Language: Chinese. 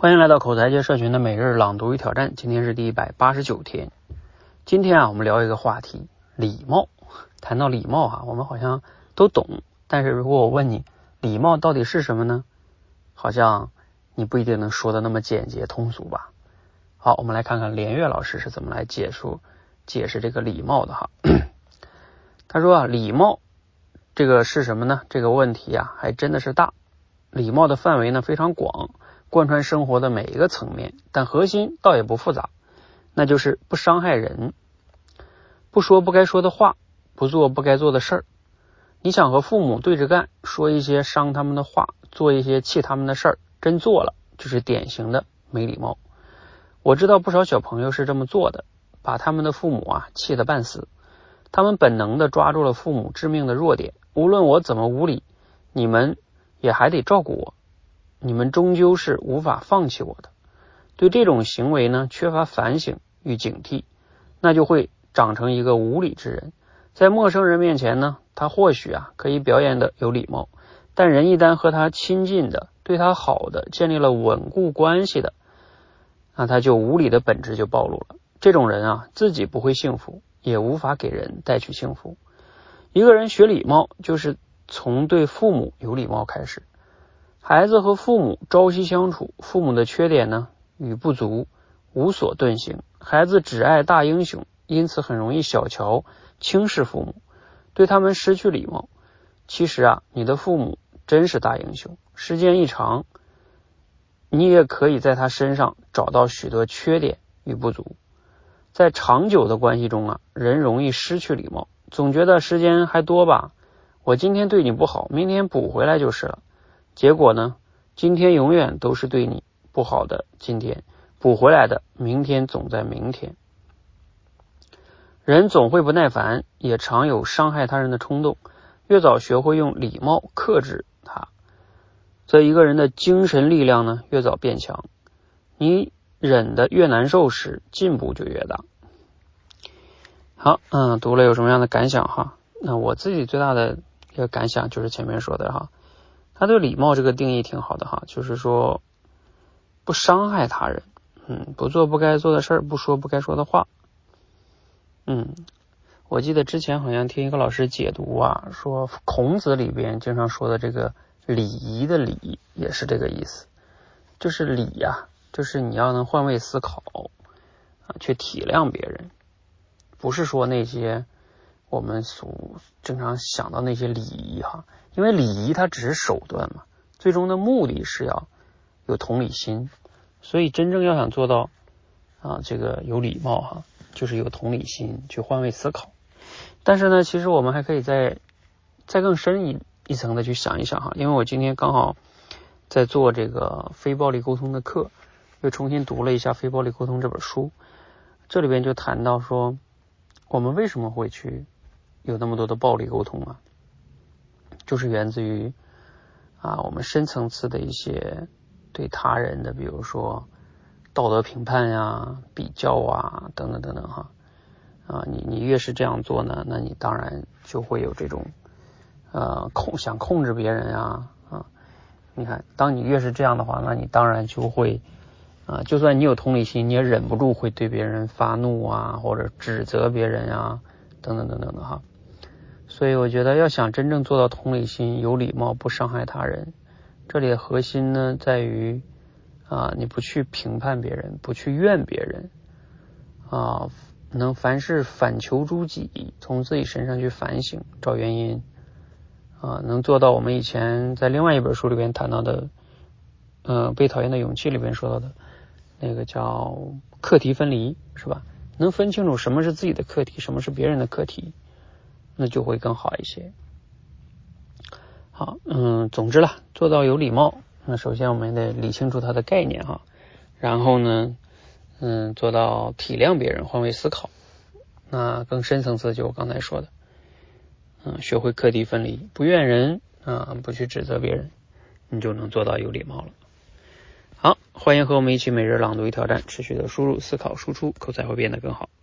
欢迎来到口才界社群的每日朗读与挑战，今天是第189天。今天我们聊一个话题，礼貌。谈到礼貌我们好像都懂，但是如果我问你，礼貌到底是什么呢？好像你不一定能说的那么简洁通俗吧。好，我们来看看连岳老师是怎么来解释这个礼貌的他说礼貌这个是什么呢？这个问题还真的是大。礼貌的范围呢非常广，贯穿生活的每一个层面，但核心倒也不复杂，那就是不伤害人，不说不该说的话，不做不该做的事儿。你想和父母对着干，说一些伤他们的话，做一些气他们的事儿，真做了就是典型的没礼貌。我知道不少小朋友是这么做的，把他们的父母气得半死。他们本能地抓住了父母致命的弱点，无论我怎么无理，你们也还得照顾我，你们终究是无法放弃我的。对这种行为呢，缺乏反省与警惕，那就会长成一个无理之人。在陌生人面前呢，他或许可以表演的有礼貌，但人一旦和他亲近的，对他好的，建立了稳固关系的，那他就无理的本质就暴露了。这种人自己不会幸福，也无法给人带去幸福。一个人学礼貌，就是从对父母有礼貌开始。孩子和父母朝夕相处，父母的缺点呢与不足无所遁形。孩子只爱大英雄，因此很容易小瞧轻视父母，对他们失去礼貌。其实你的父母真是大英雄，时间一长，你也可以在他身上找到许多缺点与不足。在长久的关系中人容易失去礼貌，总觉得时间还多吧，我今天对你不好，明天补回来就是了。结果呢，今天永远都是对你不好的今天，补回来的明天总在明天。人总会不耐烦，也常有伤害他人的冲动，越早学会用礼貌克制它，则一个人的精神力量呢越早变强。你忍得越难受时，进步就越大。好，读了有什么样的感想那我自己最大的一个感想就是前面说的他对礼貌这个定义挺好的就是说不伤害他人，不做不该做的事儿，不说不该说的话。我记得之前好像听一个老师解读说孔子里边经常说的这个礼仪的礼也是这个意思，就是礼就是你要能换位思考去体谅别人，不是说那些我们所经常想到那些礼仪因为礼仪它只是手段嘛，最终的目的是要有同理心，所以真正要想做到这个有礼貌就是有同理心，去换位思考。但是呢，其实我们还可以再更深一层的去想一想因为我今天刚好在做这个非暴力沟通的课，又重新读了一下《非暴力沟通》这本书，这里边就谈到说我们为什么会去有那么多的暴力沟通就是源自于我们深层次的一些对他人的，比如说道德评判比较等等等等你越是这样做呢，那你当然就会有这种想控制别人你看当你越是这样的话，那你当然就会就算你有同理心，你也忍不住会对别人发怒或者指责别人等等等等的所以我觉得要想真正做到同理心、有礼貌、不伤害他人，这里的核心呢在于你不去评判别人，不去怨别人能凡事反求诸己，从自己身上去反省找原因能做到我们以前在另外一本书里边谈到的被讨厌的勇气里边说到的那个叫课题分离，是吧？能分清楚什么是自己的课题，什么是别人的课题，那就会更好一些。好，总之了，做到有礼貌，那首先我们得理清楚它的概念然后呢做到体谅别人，换位思考。那更深层次就我刚才说的学会课题分离，不怨人不去指责别人，你就能做到有礼貌了。好，欢迎和我们一起每日朗读与挑战，持续的输入思考输出，口才会变得更好。